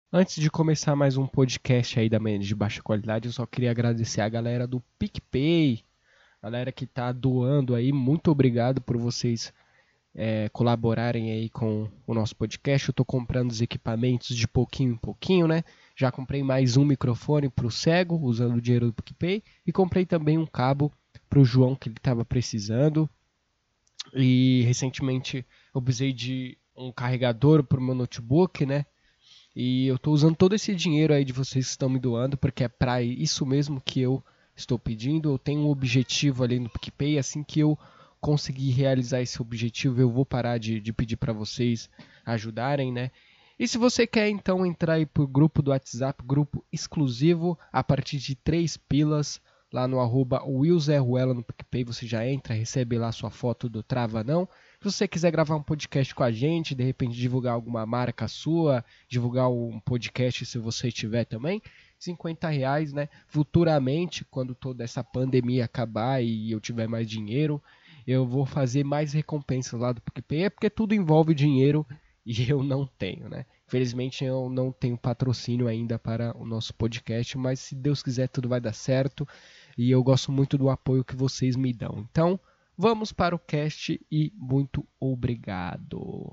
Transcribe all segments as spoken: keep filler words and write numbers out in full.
Antes de começar mais um podcast aí da manhã de baixa qualidade, eu só queria agradecer a galera do PicPay, galera que tá doando aí, muito obrigado por vocês é, colaborarem aí com o nosso podcast. Eu tô comprando os equipamentos de pouquinho em pouquinho, né? Já comprei mais um microfone pro cego, usando o dinheiro do PicPay, e comprei também um cabo pro João que ele tava precisando. E recentemente eu precisei de um carregador pro meu notebook, né? E eu estou usando todo esse dinheiro aí de vocês que estão me doando, porque é para isso mesmo que eu estou pedindo. Eu tenho um objetivo ali no PicPay, assim que eu conseguir realizar esse objetivo, eu vou parar de, de pedir para vocês ajudarem, né? E se você quer então entrar aí pro grupo do WhatsApp, grupo exclusivo, a partir de três pilas, lá no arroba willzerruela no PicPay, você já entra, recebe lá sua foto do Trava Não. Se você quiser gravar um podcast com a gente, de repente divulgar alguma marca sua, divulgar um podcast se você tiver também, cinquenta reais, né? Futuramente, quando toda essa pandemia acabar e eu tiver mais dinheiro, eu vou fazer mais recompensas lá do PicPay, é porque tudo envolve dinheiro e eu não tenho, né? Infelizmente eu não tenho patrocínio ainda para o nosso podcast, mas se Deus quiser tudo vai dar certo e eu gosto muito do apoio que vocês me dão. Então, vamos para o cast e muito obrigado.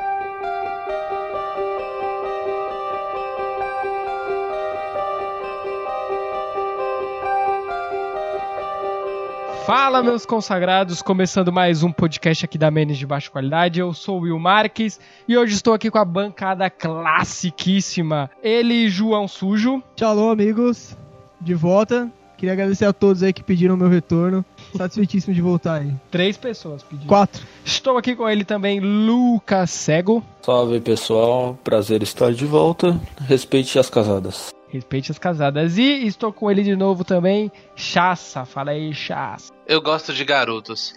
Fala, meus consagrados, começando mais um podcast aqui da Menes de Baixa Qualidade. Eu sou o Will Marques e hoje estou aqui com a bancada classiquíssima. Ele, João Sujo. Shalom, amigos, de volta. Queria agradecer a todos aí que pediram meu retorno. Satisfeitíssimo de voltar aí. Três pessoas pediram. Quatro. Estou aqui com ele também, Lucas Cego. Salve, pessoal. Prazer estar de volta. Respeite as casadas. Respeite as casadas. E estou com ele de novo também, Chassa. Fala aí, Chassa. Eu gosto de garotos.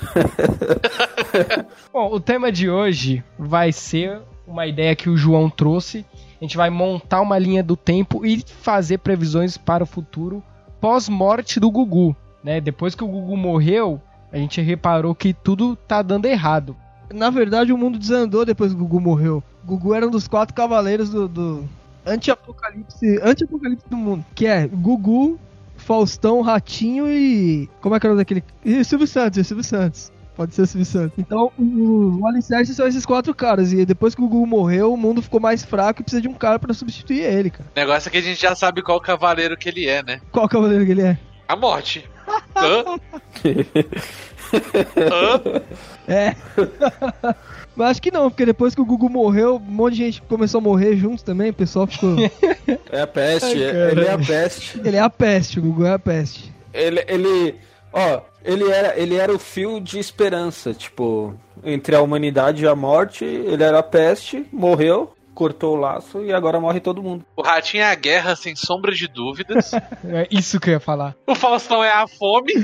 Bom, o tema de hoje vai ser uma ideia que o João trouxe. A gente vai montar uma linha do tempo e fazer previsões para o futuro pós-morte do Gugu, né? Depois que o Gugu morreu, a gente reparou que tudo tá dando errado. Na verdade, o mundo desandou depois que o Gugu morreu. O Gugu era um dos quatro cavaleiros do, do anti-apocalipse, anti-apocalipse do mundo. Que é Gugu, Faustão, Ratinho e... Como é que era daquele... E Silvio Santos, e Silvio Santos. Pode ser o Silvio Santos. Então, o, o alicerce são esses quatro caras. E depois que o Gugu morreu, o mundo ficou mais fraco e precisa de um cara pra substituir ele, cara. O negócio é que a gente já sabe qual cavaleiro que ele é, né? Qual cavaleiro que ele é? A morte. Hã? Hã? É. Mas acho que não, porque depois que o Gugu morreu, um monte de gente começou a morrer junto também, o pessoal ficou... É a peste, Ai, ele é a peste. Ele é a peste, o Gugu é a peste. Ele, ele, ó, ele era, ele era o fio de esperança, tipo, entre a humanidade e a morte, ele era a peste, morreu, cortou o laço e agora morre todo mundo. O Ratinho é a guerra, sem sombra de dúvidas. É isso que eu ia falar. O Faustão é a fome.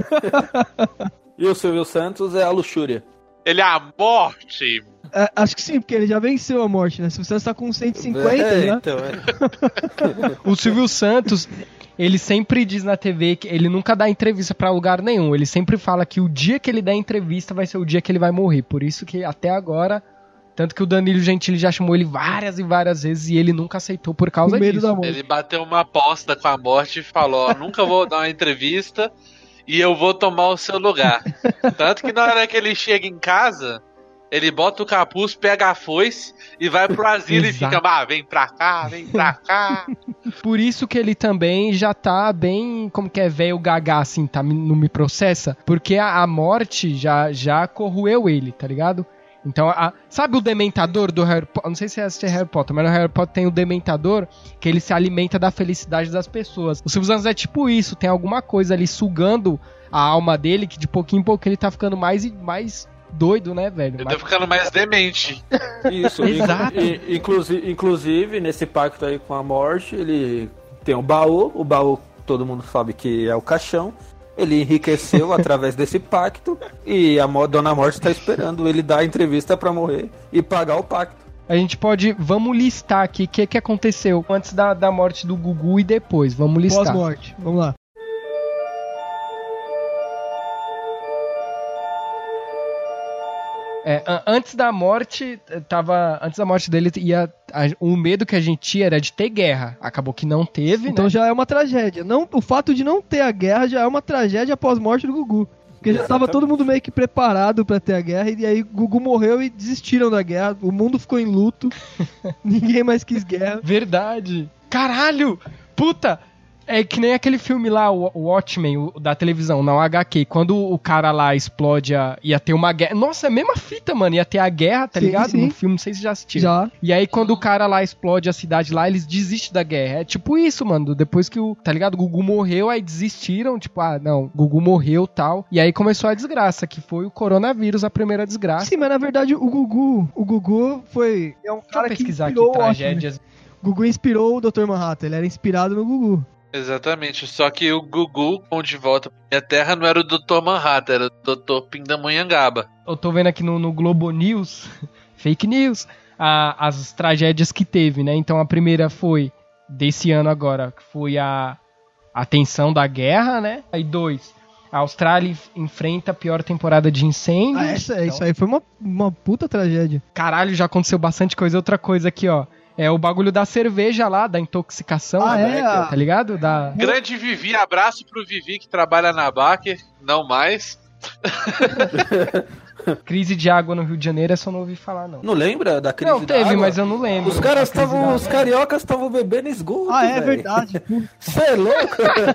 E o Silvio Santos é a luxúria. Ele é a morte. É, acho que sim, porque ele já venceu a morte, né? Se você está com cento e cinquenta, é, né? então, é. O Silvio Santos, ele sempre diz na T V que ele nunca dá entrevista pra lugar nenhum. Ele sempre fala que o dia que ele der entrevista vai ser o dia que ele vai morrer. Por isso que até agora... Tanto que o Danilo Gentili já chamou ele várias e várias vezes e ele nunca aceitou por causa Com medo disso. da morte. Ele bateu uma aposta com a morte e falou, ó, nunca vou dar uma entrevista e eu vou tomar o seu lugar. Tanto que na hora que ele chega em casa, ele bota o capuz, pega a foice e vai pro asilo e fica, ah, vem pra cá, vem pra cá. Por isso que ele também já tá bem, como que é, velho gaga, assim, tá, não me processa. Porque a, a morte já, já corroeu ele, tá ligado? Então, a, sabe o Dementador do Harry Potter? Não sei se você assiste Harry Potter, mas no Harry Potter tem o Dementador, que ele se alimenta da felicidade das pessoas. O Silvio Santos é tipo isso, tem alguma coisa ali sugando a alma dele, que de pouquinho em pouco ele tá ficando mais e mais doido, né, velho? Ele mais... tá ficando mais demente. Isso, Exato. Inclu- inclusive, inclusive, nesse pacto aí com a morte, ele tem o baú, o baú todo mundo sabe que é o caixão. Ele enriqueceu através desse pacto e a Dona Morte tá esperando ele dar a entrevista pra morrer e pagar o pacto. A gente pode... Vamos listar aqui o que, que aconteceu antes da, da morte do Gugu e depois. Vamos listar. Pós-morte, vamos lá. É, an- antes da morte, tava. Antes da morte dele, ia, a- o medo que a gente tinha era de ter guerra. Acabou que não teve, Então né? já é uma tragédia. Não, o fato de não ter a guerra já é uma tragédia após a morte do Gugu. Porque já tava todo mundo meio que preparado pra ter a guerra, e aí Gugu morreu e desistiram da guerra. O mundo ficou em luto. Ninguém mais quis guerra. Verdade. Caralho! Puta! É que nem aquele filme lá, o o Watchmen, o, da televisão, não, o H Q. Quando o cara lá explode, a, ia ter uma guerra. Nossa, é a mesma fita, mano. Ia ter a guerra, tá Sim, ligado? sim. No filme, não sei se já assistiu. Já. E aí, quando o cara lá explode a cidade lá, eles desistem da guerra. É tipo isso, mano. Depois que o, tá ligado? O Gugu morreu, aí desistiram. Tipo, ah, não, Gugu morreu e tal. E aí começou a desgraça, que foi o coronavírus, a primeira desgraça. Sim, mas na verdade o Gugu, o Gugu foi é um Deixa eu cara que pesquisar aqui inspirou o Watchmen. tragédias. Gugu inspirou o doutor Manhattan, ele era inspirado no Gugu. Exatamente, só que o Gugu, com De Volta pra Minha Terra, não era o doutor Manhattan, era o doutor Pindamonhangaba. Eu tô vendo aqui no, no Globo News, fake news, a- as tragédias que teve, né? Então a primeira foi, desse ano agora, que foi a, a tensão da guerra, né? Aí dois, a Austrália enf- enfrenta a pior temporada de incêndios. Ah, essa, Então, isso aí foi uma, uma puta tragédia. Caralho, já aconteceu bastante coisa. Outra coisa aqui, ó. É o bagulho da cerveja lá, da intoxicação. Ah, né? é? Tá ligado? Da... Grande Vivi, abraço pro Vivi que trabalha na Baker, não mais. Crise de água no Rio de Janeiro, essa eu não ouvi falar, não. Não lembra da crise Não, da teve, água? mas eu não lembro. Os caras A crise estavam, da os cariocas estavam bebendo esgoto, Ah, é velho. verdade. Você é louco?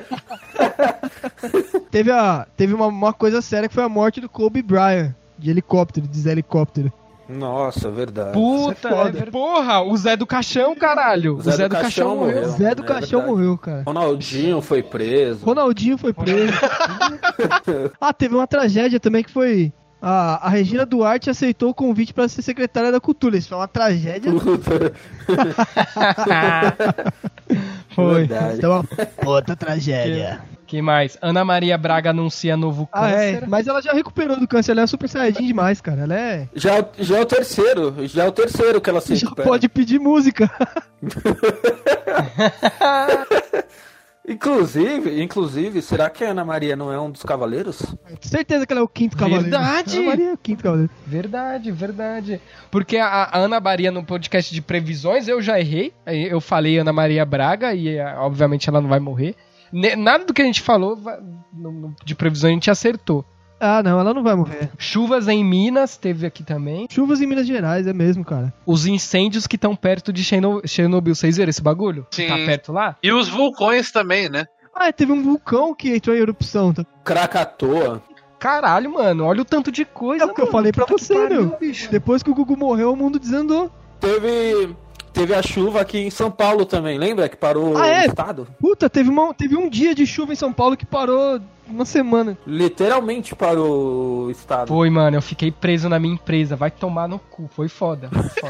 teve a, teve uma, uma coisa séria que foi a morte do Kobe Bryant, de helicóptero, de Zé Helicóptero. Nossa, verdade. Puta, Isso é foda. é ver- porra, o Zé do Caixão, caralho. O Zé, do, Caixão, morreu. Zé do é Caixão verdade. morreu, cara. Ronaldinho foi preso. Ronaldinho foi preso. Ah, teve uma tragédia também que foi... A, a Regina Duarte aceitou o convite pra ser secretária da Cultura. Isso foi uma tragédia. Foi. Verdade. Então, uma puta tragédia. Que mais? Ana Maria Braga anuncia novo Ah, câncer. é. Mas ela já recuperou do câncer. Ela é super saiyajin demais, cara. Ela é... Já, é- já é o terceiro. Já é o terceiro que ela se Já recupera. pode pedir música. Inclusive, inclusive, será que a Ana Maria não é um dos cavaleiros? Certeza que ela é o quinto cavaleiro. Verdade! Ana Maria é o quinto cavaleiro. Verdade, verdade. Porque a, a Ana Maria no podcast de previsões eu já errei. Aí eu falei Ana Maria Braga e eh, obviamente ela não vai morrer. Ne- Nada do que a gente falou vai- no- no- de previsões a gente acertou. Ah, não. Ela não vai morrer. Chuvas em Minas teve aqui também. Chuvas em Minas Gerais, é mesmo, cara. Os incêndios que estão perto de Cherno- Chernobyl. Vocês viram esse bagulho? Sim. Tá perto lá? E os vulcões também, né? Ah, teve um vulcão que entrou em erupção. Tá? Krakatoa. Caralho, mano. Olha o tanto de coisa. É o que eu mano. falei pra Puta que você, pariu, meu. bicho. Depois que o Gugu morreu, o mundo desandou. Teve, teve a chuva aqui em São Paulo também, lembra? Que parou Ah, é? o estado? Puta, teve, uma, teve um dia de chuva em São Paulo que parou uma semana. Literalmente parou o estado. Foi, mano. Eu fiquei preso na minha empresa. Vai tomar no cu. Foi foda. Foi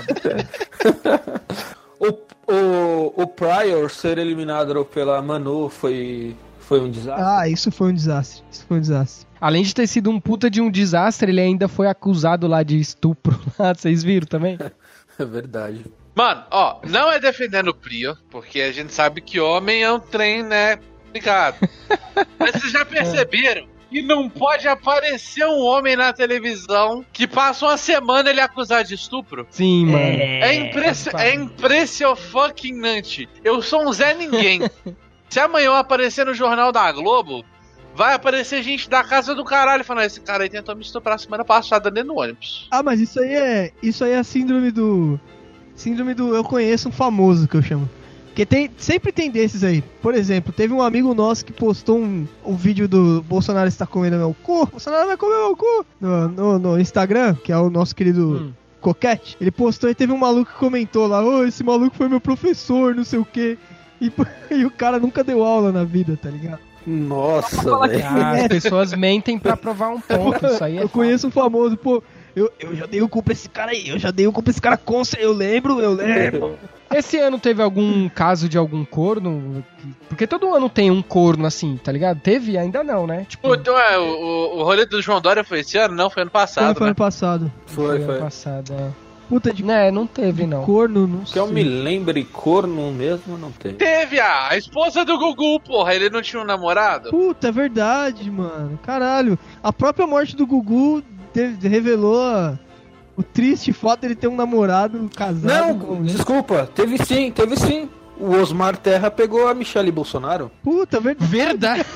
foda. O, o, o Pryor ser eliminado pela Manu foi, foi um desastre. Ah, isso foi um desastre. Isso foi um desastre. Além de ter sido um puta de um desastre, ele ainda foi acusado lá de estupro. Vocês viram também? É verdade. Mano, ó, não é defendendo o Prior, porque a gente sabe que homem é um trem, né? Complicado. Mas vocês já perceberam que não pode aparecer um homem na televisão que passa uma semana ele acusar de estupro? Sim, mano. É, impressi é impressionante. Eu sou um Zé Ninguém. Se amanhã eu aparecer no Jornal da Globo, vai aparecer gente da casa do caralho falando: esse cara aí tentou me estuprar semana passada dentro do ônibus. Ah, mas isso aí é. Isso aí é a síndrome do. Síndrome do eu conheço um famoso que eu chamo. Porque tem, sempre tem desses aí. Por exemplo, teve um amigo nosso que postou um, um vídeo do Bolsonaro está comendo meu cu. Bolsonaro vai comer meu cu. No, no, no Instagram, que é o nosso querido Hum. Coquete. Ele postou e teve um maluco que comentou lá: ô, esse maluco foi meu professor, não sei o quê. E, e o cara nunca deu aula na vida, tá ligado? Nossa, velho. Ah, as pessoas mentem pra provar um ponto. Isso aí é Eu conheço um famoso, pô. Eu, eu já dei o cu pra esse cara aí. Eu já dei o cu pra esse cara com. Eu lembro, eu lembro. Esse ano teve algum caso de algum corno? Porque todo ano tem um corno assim, tá ligado? Teve? Ainda não, né? Tipo, Pô, então é, o, o rolê do João Dória foi esse ano? Não, foi ano Foi, passado, foi né? ano passado. Foi, ano foi. passado, é. Puta de Né, não teve, não. corno, não Que sei. eu me lembre, corno mesmo não tem. Teve a, a esposa do Gugu, porra. Ele não tinha um namorado? Puta, é verdade, mano. Caralho. A própria morte do Gugu de- revelou a, O triste fato dele ter um namorado casado. Não, com... desculpa, teve sim, teve sim. O Osmar Terra pegou a Michelle Bolsonaro. Puta, verdade. Verdade.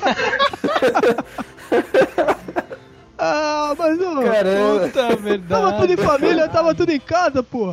Ah, mas ô. Caramba. Puta, verdade. Tava tudo em família, tava tudo em casa, pô.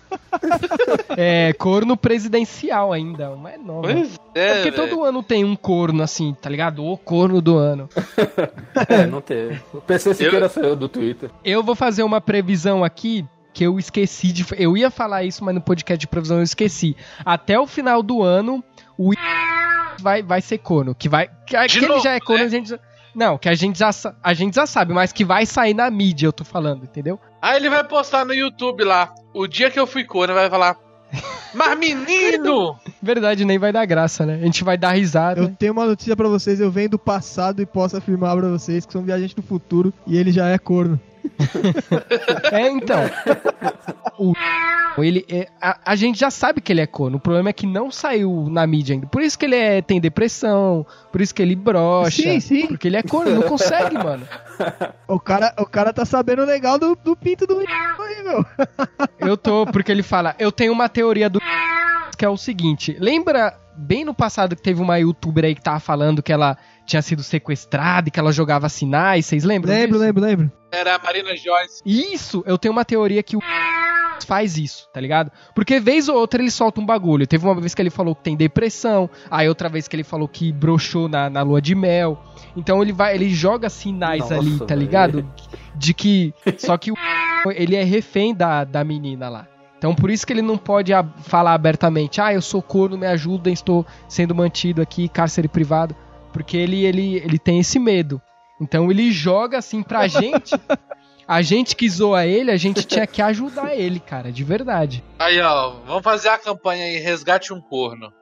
É, corno presidencial ainda, uma é nova. Pois É é, porque velho. todo ano tem um corno assim, tá ligado? O corno do ano. É, não teve. O P C Siqueira saiu do Twitter. Eu vou fazer uma previsão aqui que eu esqueci de... Eu ia falar isso, mas no podcast de previsão eu esqueci. Até o final do ano, o vai, vai ser corno. Que, vai, que, que ele novo, já é corno, né? a gente... Não, que a gente, já, sa- a gente já sabe, mas que vai sair na mídia, eu tô falando, entendeu? Aí ele vai postar no YouTube lá. O dia que eu fui corno, vai falar. Mas menino! Verdade, nem vai dar graça, né? A gente vai dar risada. Eu tenho uma notícia pra vocês, eu venho do passado e posso afirmar pra vocês que sou um viajante do futuro e ele já é corno. É, então. O ele é, a, a gente já sabe que ele é corno. O problema é que não saiu na mídia ainda. Por isso que ele é, tem depressão, por isso que ele brocha. Sim, sim. Porque ele é corno, não consegue, mano. O cara, o cara tá sabendo legal do, do pinto do aí, meu. Eu tô, porque ele fala, eu tenho uma teoria do que é o seguinte, lembra bem no passado que teve uma youtuber aí que tava falando que ela tinha sido sequestrada e que ela jogava sinais, vocês lembram Lembro, disso? lembro, lembro. Era a Marina Joyce. Isso, eu tenho uma teoria que o faz isso, tá ligado? Porque vez ou outra ele solta um bagulho. Teve uma vez que ele falou que tem depressão, aí outra vez que ele falou que broxou na, na lua de mel. Então ele vai, ele joga sinais Nossa, ali, tá velho. ligado? De que, só que o ele é refém da, da menina lá. Então por isso que ele não pode a- falar abertamente, ah, eu sou corno, me ajudem, estou sendo mantido aqui, cárcere privado. Porque ele, ele, ele tem esse medo. Então ele joga assim pra gente. A gente que zoa ele, a gente tinha que ajudar ele, cara, de verdade. Aí, ó, vamos fazer a campanha aí, resgate um corno.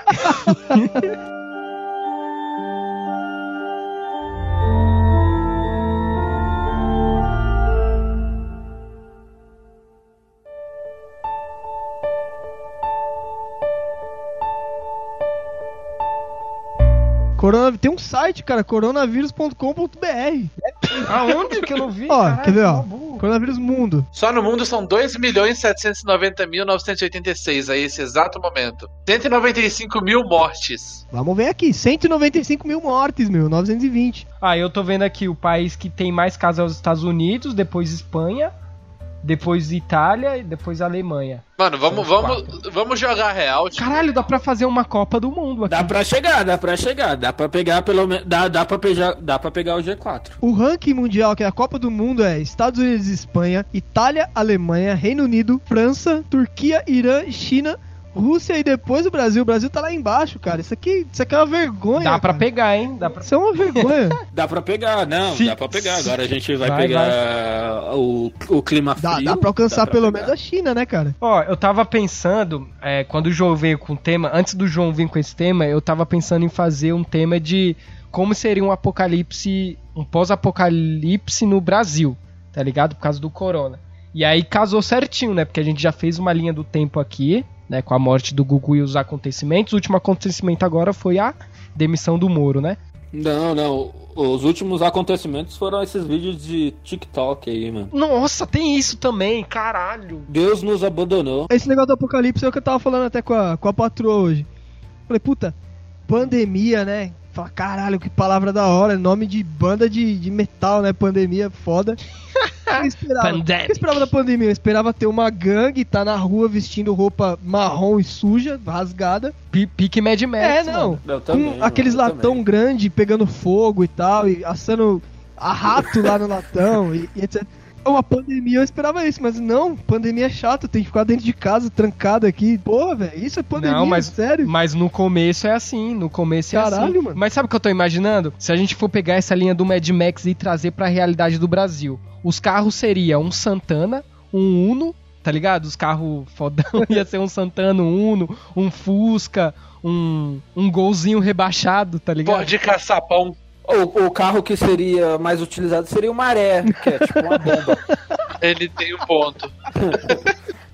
Corona... Tem um site, cara, coronavírus ponto com ponto b r. Aonde que eu não vi? Ó, Caralho, quer ver, ó? tá burro. Coronavírus Mundo. Só no mundo são dois milhões setecentos e noventa mil novecentos e oitenta e seis a esse exato momento. cento e noventa e cinco mil mortes. Vamos ver aqui, cento e noventa e cinco mil mortes, meu, novecentos e vinte. Ah, eu tô vendo aqui o país que tem mais casos é os Estados Unidos, depois Espanha, depois Itália e depois Alemanha. Mano, vamos, São vamos, vamos jogar real. Tipo, Caralho, dá pra fazer uma Copa do Mundo aqui. Dá pra chegar, dá pra chegar. Dá pra pegar pelo menos. Dá, dá, pra pegar, dá pra pegar o G quatro. O ranking mundial, que é a Copa do Mundo, é Estados Unidos e Espanha, Itália, Alemanha, Reino Unido, França, Turquia, Irã, China, Rússia e depois o Brasil. O Brasil tá lá embaixo, cara. Isso aqui, isso aqui é uma vergonha. Dá pra cara. pegar, hein? Dá pra... Isso é uma vergonha. Dá pra pegar, não, Se- dá pra pegar. Agora a gente vai, Vai, pegar O, o clima Dá, frio. dá pra alcançar dá pelo pegar. menos a China, né, cara? Ó, eu tava pensando, é, quando o João veio com o tema, antes do João vir com esse tema, eu tava pensando em fazer um tema de como seria um apocalipse, um pós-apocalipse no Brasil, tá ligado? Por causa do corona. E aí casou certinho, né? Porque a gente já fez uma linha do tempo aqui, né? Com a morte do Gugu e os acontecimentos. O último acontecimento agora foi a demissão do Moro, né? Não, não. Os últimos acontecimentos foram esses vídeos de TikTok aí, mano. Nossa, tem isso também, caralho. Deus nos abandonou. Esse negócio do apocalipse é o que eu tava falando até com a, com a patroa hoje. Falei, puta, pandemia, né? Fala, caralho, que palavra da hora. Nome de banda de, de metal, né? Pandemia, foda. Eu esperava, Pandemic. eu esperava da pandemia? Eu esperava ter uma gangue, tá na rua vestindo roupa marrom e suja, rasgada. Pi- Pique Mad Max, É, não. mano. Eu também, com mano, aqueles eu latão também. grande pegando fogo e tal, e assando a rato lá no latão, e, e etcétera. Uma pandemia, eu esperava isso, mas não, pandemia é chato, tem que ficar dentro de casa, trancado aqui. Porra, velho, isso é pandemia, Não, mas, sério? mas no começo é assim, no começo é Caralho, assim. mano. Mas sabe o que eu tô imaginando? Se a gente for pegar essa linha do Mad Max e trazer pra realidade do Brasil, os carros seriam um Santana, um Uno, tá ligado? Os carros fodão ia ser um Santana, um Uno, um Fusca, um, um golzinho rebaixado, tá ligado? pode caçar pão. O, o carro que seria mais utilizado seria o Maré, que é tipo uma bomba. Ele tem um ponto.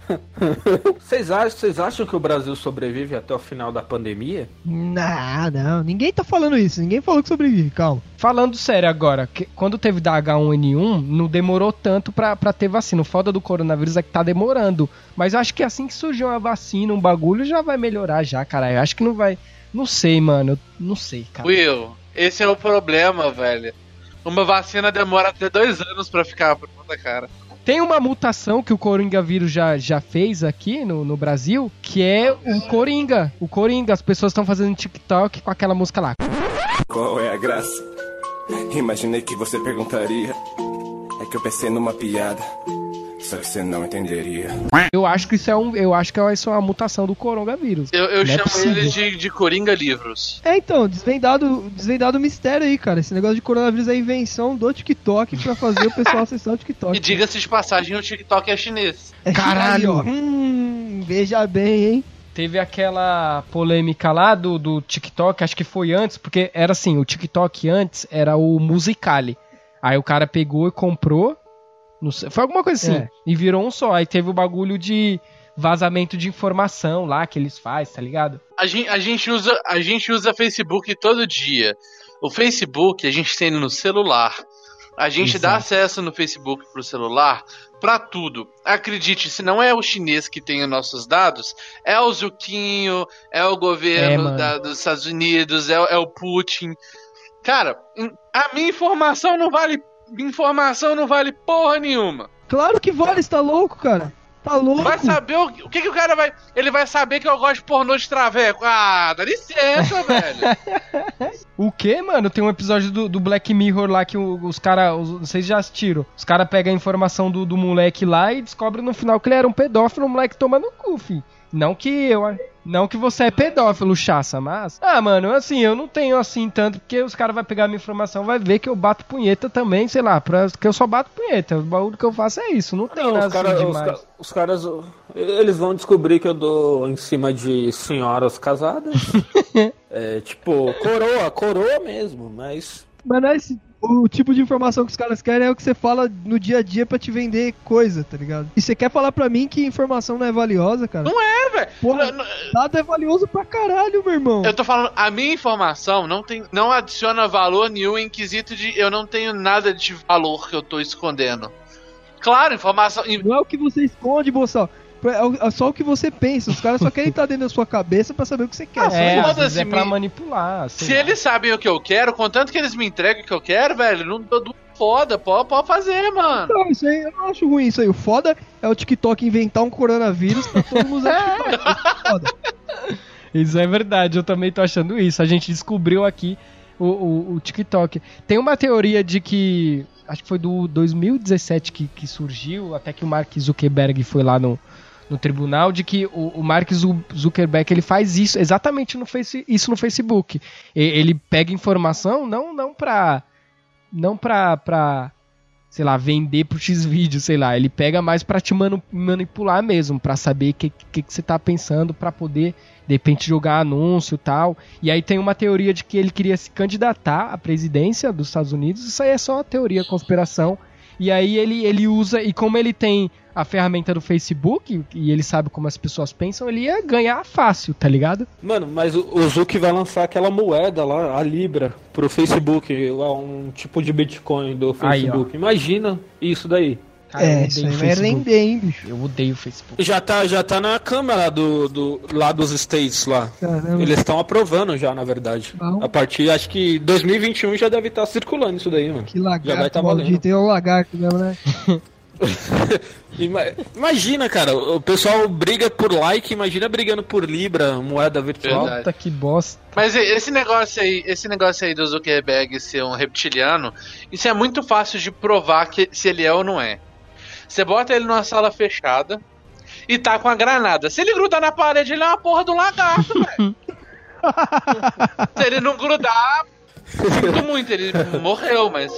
Vocês acham, vocês acham que o Brasil sobrevive até o final da pandemia? Não, não. Ninguém tá falando isso. Ninguém falou que sobrevive. Calma. Falando sério agora, que quando teve da agá um ene um, não demorou tanto pra, pra ter vacina. O foda do coronavírus é que tá demorando. Mas eu acho que assim que surgir uma vacina, um bagulho, já vai melhorar já, cara. Eu acho que não vai... Não sei, mano. Eu não sei, cara. Will, esse é o problema, velho. Uma vacina demora até dois anos pra ficar pronta, cara. Tem uma mutação que o Coringa vírus já, já fez aqui no, no Brasil, que é o Coringa. O Coringa, as pessoas estão fazendo TikTok com aquela música lá. Qual é a graça? Imaginei que você perguntaria. É que eu pensei numa piada, só que você não entenderia. Eu acho que isso é um, eu acho que isso é uma mutação do coronavírus. Eu, eu Não é chamo possível. ele de, de Coringa Livros. É, então, desvendado, desvendado o mistério aí, cara. Esse negócio de coronavírus é a invenção do TikTok pra fazer o pessoal acessar o TikTok. E diga-se de passagem, o TikTok é chinês. É Caralho! aí, ó. Hum, veja bem, hein? Teve aquela polêmica lá do, do TikTok, acho que foi antes, porque era assim, o TikTok antes era o Musical.ly. Aí o cara pegou e comprou, não sei, foi alguma coisa assim, É. e virou um só. Aí teve o bagulho de vazamento de informação lá que eles fazem, tá ligado? A gente, a gente usa, a gente usa Facebook todo dia. O Facebook a gente tem no celular. A gente Exato. dá acesso no Facebook pro celular pra tudo. Acredite, se não é o chinês que tem os nossos dados, é o Zuquinho, é o É, governo mano. da- dos Estados Unidos, é, o- é o Putin. Cara, a minha informação não vale. Minha informação não vale porra nenhuma. Claro que vale, você tá louco, cara? Tá louco? Vai saber o, o que, que o cara vai. Ele vai saber que eu gosto de pornô de traveco. Ah, dá licença, velho. O que, mano? Tem um episódio do, do Black Mirror lá que o- os caras, vocês já assistiram, os caras pegam a informação do, do moleque lá e descobrem no final que ele era um pedófilo, o moleque toma no cu, fi. Não que eu, não que você é pedófilo, chaça, mas... Ah, mano, assim, eu não tenho assim tanto, porque os caras vão pegar a minha informação, vai ver que eu bato punheta também, sei lá, pra, que eu só bato punheta, o bagulho que eu faço é isso, não tem Não, nada os, cara- assim os, demais. ca- os caras, eles vão descobrir que eu dou em cima de senhoras casadas. É, tipo, coroa, coroa mesmo, mas... Mas não é esse, o tipo de informação que os caras querem é o que você fala no dia a dia pra te vender coisa, tá ligado? E você quer falar pra mim que informação não é valiosa, cara? Não é, velho. Porra, Não- não- dado é valioso pra caralho, meu irmão. Eu tô falando, a minha informação não, tem, não adiciona valor nenhum em quesito de eu não tenho nada de valor que eu tô escondendo. Claro, informação. Não é o que você esconde, moção. É o- é só o que você pensa. Os caras só querem estar dentro da sua cabeça pra saber o que você quer. Ah, só É, isso. às foda-se, vezes é pra me- manipular, sei Se lá. eles sabem o que eu quero, contanto que eles me entregam o que eu quero, velho, não tô do foda, pode, pode fazer, mano. Não, isso aí eu não acho ruim. Isso aí. O foda é o TikTok inventar um coronavírus pra todo mundo usar TikTok. Isso é foda. Isso é verdade, eu também tô achando isso. A gente descobriu aqui o, o, o TikTok. Tem uma teoria de que, acho que foi do dois mil e dezessete que, que surgiu, até que o Mark Zuckerberg foi lá no, no tribunal, de que o, o Mark Zu- Zuckerberg ele faz isso exatamente no face, isso no Facebook. E- ele pega informação não, não pra, não pra, pra, sei lá, vender pro X-Vídeo, sei lá. Ele pega mais pra te manu- manipular mesmo, pra saber o que, que, que você tá pensando, pra poder, de repente, jogar anúncio e tal. E aí tem uma teoria de que ele queria se candidatar à presidência dos Estados Unidos. Isso aí é só teoria, conspiração. E aí ele, ele usa, e como ele tem a ferramenta do Facebook, e ele sabe como as pessoas pensam, ele ia ganhar fácil, tá ligado? Mano, mas o, o Zuck vai lançar aquela moeda lá, a Libra, pro Facebook, um tipo de Bitcoin do Aí, Facebook. Imagina isso daí. Cara, eu É, odeio isso aí o vai Facebook. render, hein, bicho. Eu odeio o Facebook. Já tá, já tá na Câmara do, do, lá dos States lá. Caramba. Eles estão aprovando já, na verdade. Bom. A partir, acho que dois mil e vinte e um já deve estar circulando isso daí, mano. Que Já vai lagarto tá valendo. maldito. É um lagarto mesmo, né? Ima- Imagina, cara, o pessoal briga por like, imagina brigando por Libra, moeda virtual. Verdade. Puta que bosta. Mas e- esse negócio aí, esse negócio aí do Zuckerberg ser um reptiliano, isso é muito fácil de provar que, se ele é ou não é. Você bota ele numa sala fechada e tá com a granada. Se ele grudar na parede, ele é uma porra do lagarto, velho. Se ele não grudar, sinto muito, ele morreu, mas.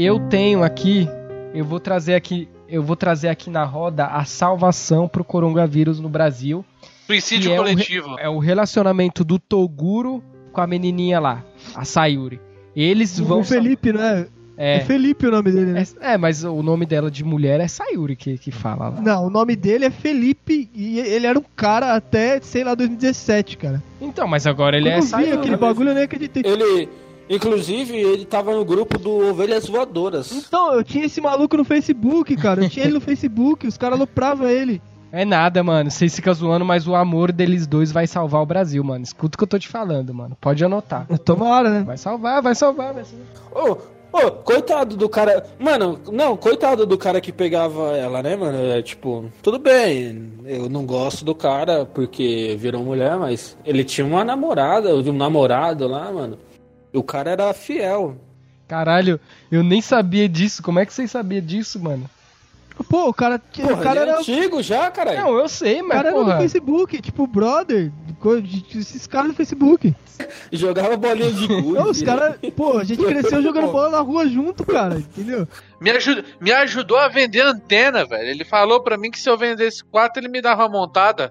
eu tenho aqui, eu vou trazer aqui, eu vou trazer aqui na roda a salvação pro coronavírus no Brasil. Suicídio que é coletivo. O, re- é o relacionamento do Toguro com a menininha lá, a Sayuri. Eles vão... O Felipe, né? É, É Felipe o nome dele, né? é, é, mas o nome dela de mulher é Sayuri que, que fala lá. Não, o nome dele é Felipe e ele era um cara até, sei lá, dois mil e dezessete, cara. Então, mas agora ele Quando é eu vi Sayuri. aquele bagulho, eu nem acreditei. Ele, inclusive, ele tava no grupo do Ovelhas Voadoras. Então, eu tinha esse maluco no Facebook, cara. Eu tinha ele no Facebook, os caras alopravam ele. É nada, mano. Vocês ficam zoando, mas o amor deles dois vai salvar o Brasil, mano. Escuta o que eu tô te falando, mano. Pode anotar. Tomara, né? Vai salvar, vai salvar, vai salvar. Ô, ô, coitado do cara. Mano, não, coitado do cara que pegava ela, né, mano? É tipo, tudo bem, eu não gosto do cara porque virou mulher, mas ele tinha uma namorada, um namorado lá, mano. E o cara era fiel. Caralho, eu nem sabia disso. Como é que vocês sabiam disso, mano? Pô, o cara, Porra, o cara ele é era, antigo já, caralho. Não, eu sei, o mas cara era no porra. Facebook, tipo, brother. co- de- de- Esses caras no Facebook. Jogava bolinha de gude. Não, os caras, pô, a gente cresceu jogando bola na rua junto, cara, entendeu? Me, aju- me ajudou a vender antena, velho. Ele falou pra mim que se eu vendesse quatro, ele me dava uma montada.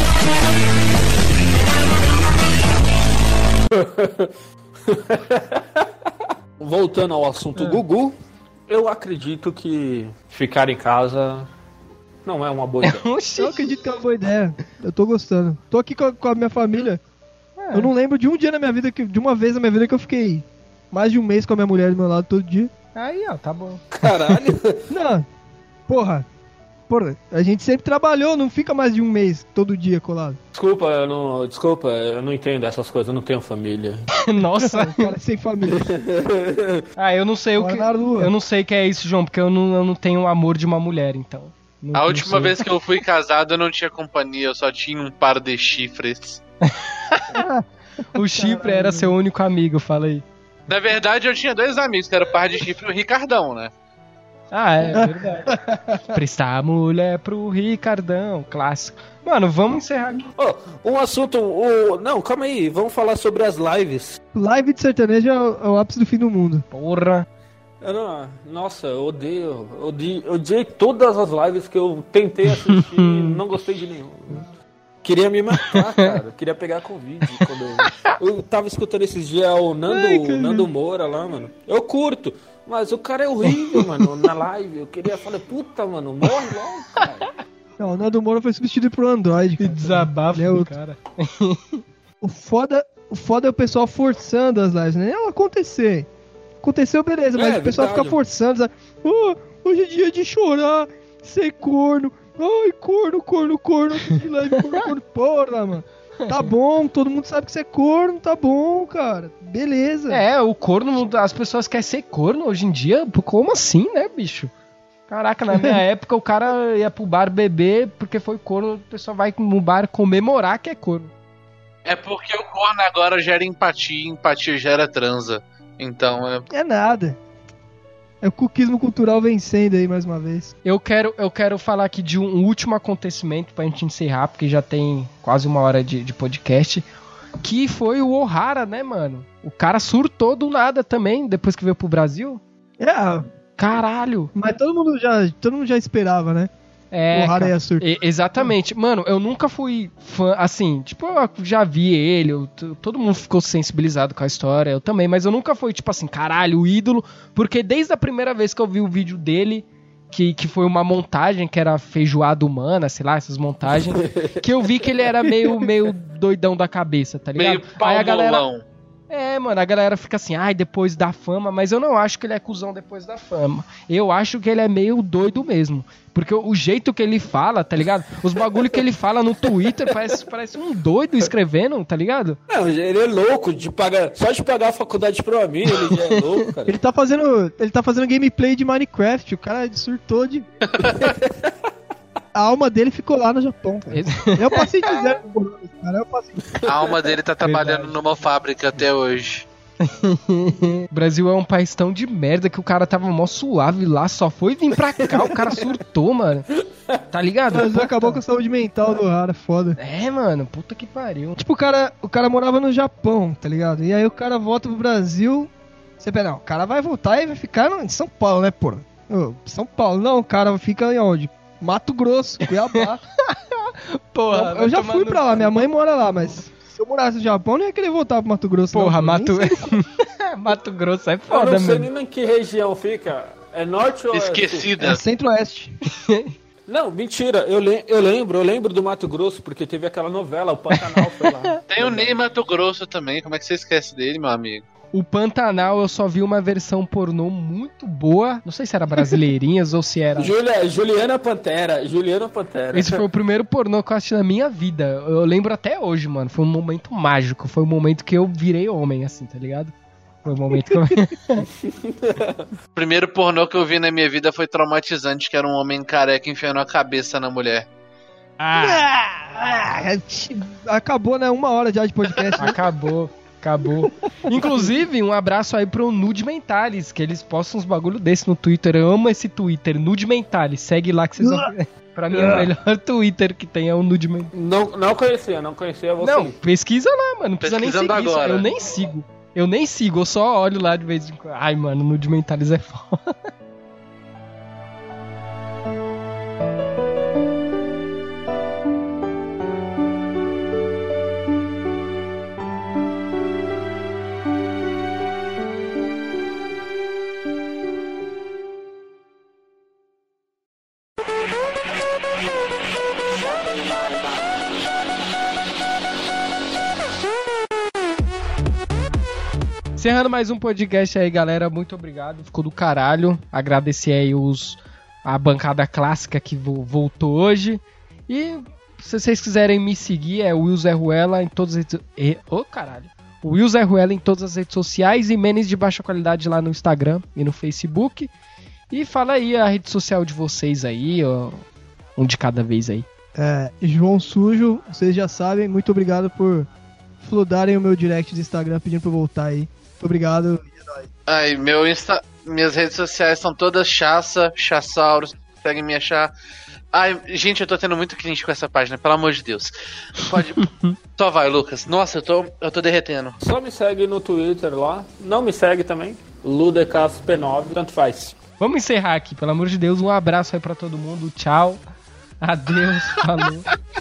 Voltando ao assunto É. Gugu, eu acredito que ficar em casa não é uma boa ideia. Oxi. Eu acredito que é uma boa ideia. Eu tô gostando. Tô aqui com a, com a minha família. Eu não lembro de um dia na minha vida, que, de uma vez na minha vida que eu fiquei mais de um mês com a minha mulher do meu lado todo dia. Aí, ó, tá bom. Caralho. Não, porra. Porra, a gente sempre trabalhou, não fica mais de um mês todo dia colado. Desculpa, eu não, desculpa, eu não entendo essas coisas, eu não tenho família. Nossa. O cara sem família. Ah, eu não sei o Bora que. na rua. Eu não sei o que é isso, João, porque eu não, eu não tenho o amor de uma mulher, então. Não- A não última sei. vez que eu fui casado, eu não tinha companhia, eu só tinha um par de chifres. O chifre era seu único amigo, fala aí. Na verdade, eu tinha dois amigos, que era o par de chifre e o Ricardão, né? Ah, é verdade. Prestar a mulher pro Ricardão, clássico. Mano, vamos encerrar aqui. Ô, um assunto. O... Não, calma aí, vamos falar sobre as lives. Live de sertanejo é o, é o ápice do fim do mundo. Porra. Eu não... Nossa, eu odeio. Eu odiei, eu odiei todas as lives que eu tentei assistir e não gostei de nenhuma. Queria me matar, cara. Queria pegar Covid. Quando eu... eu tava escutando esses dias o Nando, Ai, cara. Nando Moura lá, mano. Eu curto. Mas o cara é horrível, mano, na live. Eu queria falar, puta, mano, morre logo, cara. Não, o Nando Moura foi substituído por Android, Que cara. desabafo, Ele é do outro. cara. O foda, o foda é o pessoal forçando as lives, né? Ela acontecer. Aconteceu, beleza, mas É, o pessoal verdade. fica forçando. sabe? "Oh, hoje é dia de chorar, ser corno. Ai, corno, corno, corno. Que live, corno, corno. Porra, mano. Tá bom, todo mundo sabe que você é corno, tá bom, cara. Beleza. É, o corno, as pessoas querem ser corno hoje em dia. Como assim, né, bicho? Caraca, na minha época o cara ia pro bar beber porque foi corno, o pessoal vai no bar comemorar que é corno. É porque o corno agora gera empatia, empatia gera transa. Então, é... É nada. É o cuquismo cultural vencendo aí mais uma vez. Eu quero, eu quero falar aqui de um último acontecimento pra gente encerrar, porque já tem quase uma hora de, de podcast, que foi o Ohara, né, mano? O cara surtou do nada também, depois que veio pro Brasil. É, Caralho! mas todo mundo já, todo mundo já esperava, né? É, o Ohara cara. ia surtar. E- exatamente. Mano, eu nunca fui fã, assim, tipo, eu já vi ele, eu- t- todo mundo ficou sensibilizado com a história, eu também, mas eu nunca fui, tipo assim, caralho, o ídolo, porque desde a primeira vez que eu vi o vídeo dele, que, que foi uma montagem, que era feijoada humana, sei lá, essas montagens, que eu vi que ele era meio, meio doidão da cabeça, tá ligado? meio Aí a galera... palmolão. É, mano, a galera fica assim, ai, depois da fama, mas eu não acho que ele é cuzão depois da fama. Eu acho que ele é meio doido mesmo. Porque o jeito que ele fala, tá ligado? Os bagulho que ele fala no Twitter parece, parece um doido escrevendo, tá ligado? Não, ele é louco de pagar. Só de pagar a faculdade pra mim, ele já é louco, cara. Ele tá fazendo. Ele tá fazendo gameplay de Minecraft, o cara surtou de. A alma dele ficou lá no Japão, cara. Ele é o paciente zero do Corona, esse cara é o paciente. A alma dele tá trabalhando Verdade. numa fábrica até hoje. O Brasil é um país tão de merda que o cara tava mó suave lá, só foi vir pra cá, o cara surtou, mano. Tá ligado? Mas Puta. acabou com a saúde mental do Hara, foda. É, mano, puta que pariu. Tipo, o cara, o cara morava no Japão, tá ligado? E aí o cara volta pro Brasil, Você pensa, não, o cara vai voltar e vai ficar no- em São Paulo, né, porra? Ô, São Paulo, não, o cara fica em onde? Mato Grosso, Cuiabá. Porra, eu eu já fui pra lá, minha mãe mora lá, mas se eu morasse no Japão, não ia querer voltar pro Mato Grosso. Porra, não, Mato... nem sei. Mato Grosso é Eu foda, não sei mano. nem em que região fica. É norte ou é sul? Esquecida. É Centro-Oeste. Não, mentira. Eu, le- eu lembro, eu lembro do Mato Grosso, porque teve aquela novela, o Pantanal foi lá. Tem o Ney Mato Grosso também, como é que você esquece dele, meu amigo? O Pantanal eu só vi uma versão pornô muito boa. Não sei se era Brasileirinhas ou se era... Julia, Juliana Pantera, Juliana Pantera. Esse foi o primeiro pornô que eu assisti na minha vida. Eu lembro até hoje, mano. Foi um momento mágico. Foi o momento que eu virei homem, assim, tá ligado? Foi o momento que eu... O primeiro pornô que eu vi na minha vida foi traumatizante, que era um homem careca enfiando a cabeça na mulher. Ah, Ah, acabou, né? Uma hora já de podcast. Né? acabou. Acabou. Inclusive, um abraço aí pro Nude Mentalis, que eles postam uns bagulho desse no Twitter. Eu amo esse Twitter, Nude Mentalis. Segue lá que vocês vão ver. Pra mim, o melhor Twitter que tem é o Nude Mentalis. Não, não conhecia, não conhecia você. Não, pesquisa lá, mano. Não precisa nem seguir Pesquisando isso. agora. Eu nem sigo. Eu nem sigo, eu só olho lá de vez em quando. Ai, mano, Nude Mentalis é foda. Encerrando mais um podcast aí, galera. Muito obrigado. Ficou do caralho. Agradecer aí os, a bancada clássica que vo- voltou hoje. E se vocês quiserem me seguir, é Will Zé Ruela em todas as redes... E... Ô, caralho. Will Zé Ruela em todas as redes sociais e Menes de Baixa Qualidade lá no Instagram e no Facebook. E fala aí a rede social de vocês aí, ó, um de cada vez aí. É, João Sujo, vocês já sabem, muito obrigado por flodarem o meu direct do Instagram pedindo pra eu voltar aí. Muito obrigado. e é nóis. Ai, meu Insta... minhas redes sociais são todas Chaça, Chassauros, conseguem me achar. Ai, gente, eu tô tendo muito cringe com essa página, pelo amor de Deus. Pode. Só vai, Lucas. Nossa, eu tô, eu tô derretendo. Só me segue no Twitter lá. Não me segue também. Ludecas P nove, tanto faz. Vamos encerrar aqui, pelo amor de Deus. Um abraço aí pra todo mundo. Tchau. Adeus. Falou.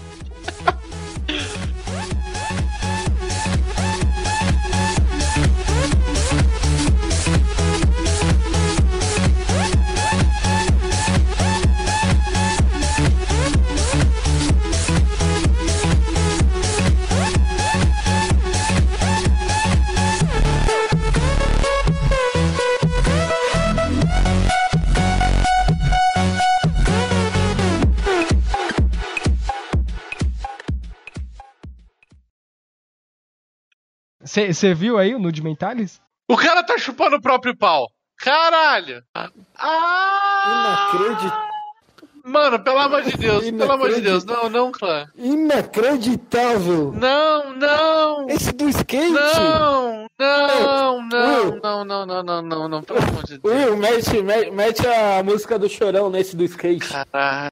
Você viu aí o Nude Mentalis? O cara tá chupando o próprio pau. Caralho. Ah! Inacreditável. Mano, pelo amor de Deus, pelo amor de Deus. Não, não, clã. Inacreditável. Não, não. Esse do skate? Não, não, não, Will. não, não, não, não, não, não, pelo amor de Deus. Will, mete, mete, mete a música do Chorão nesse do skate. Caralho.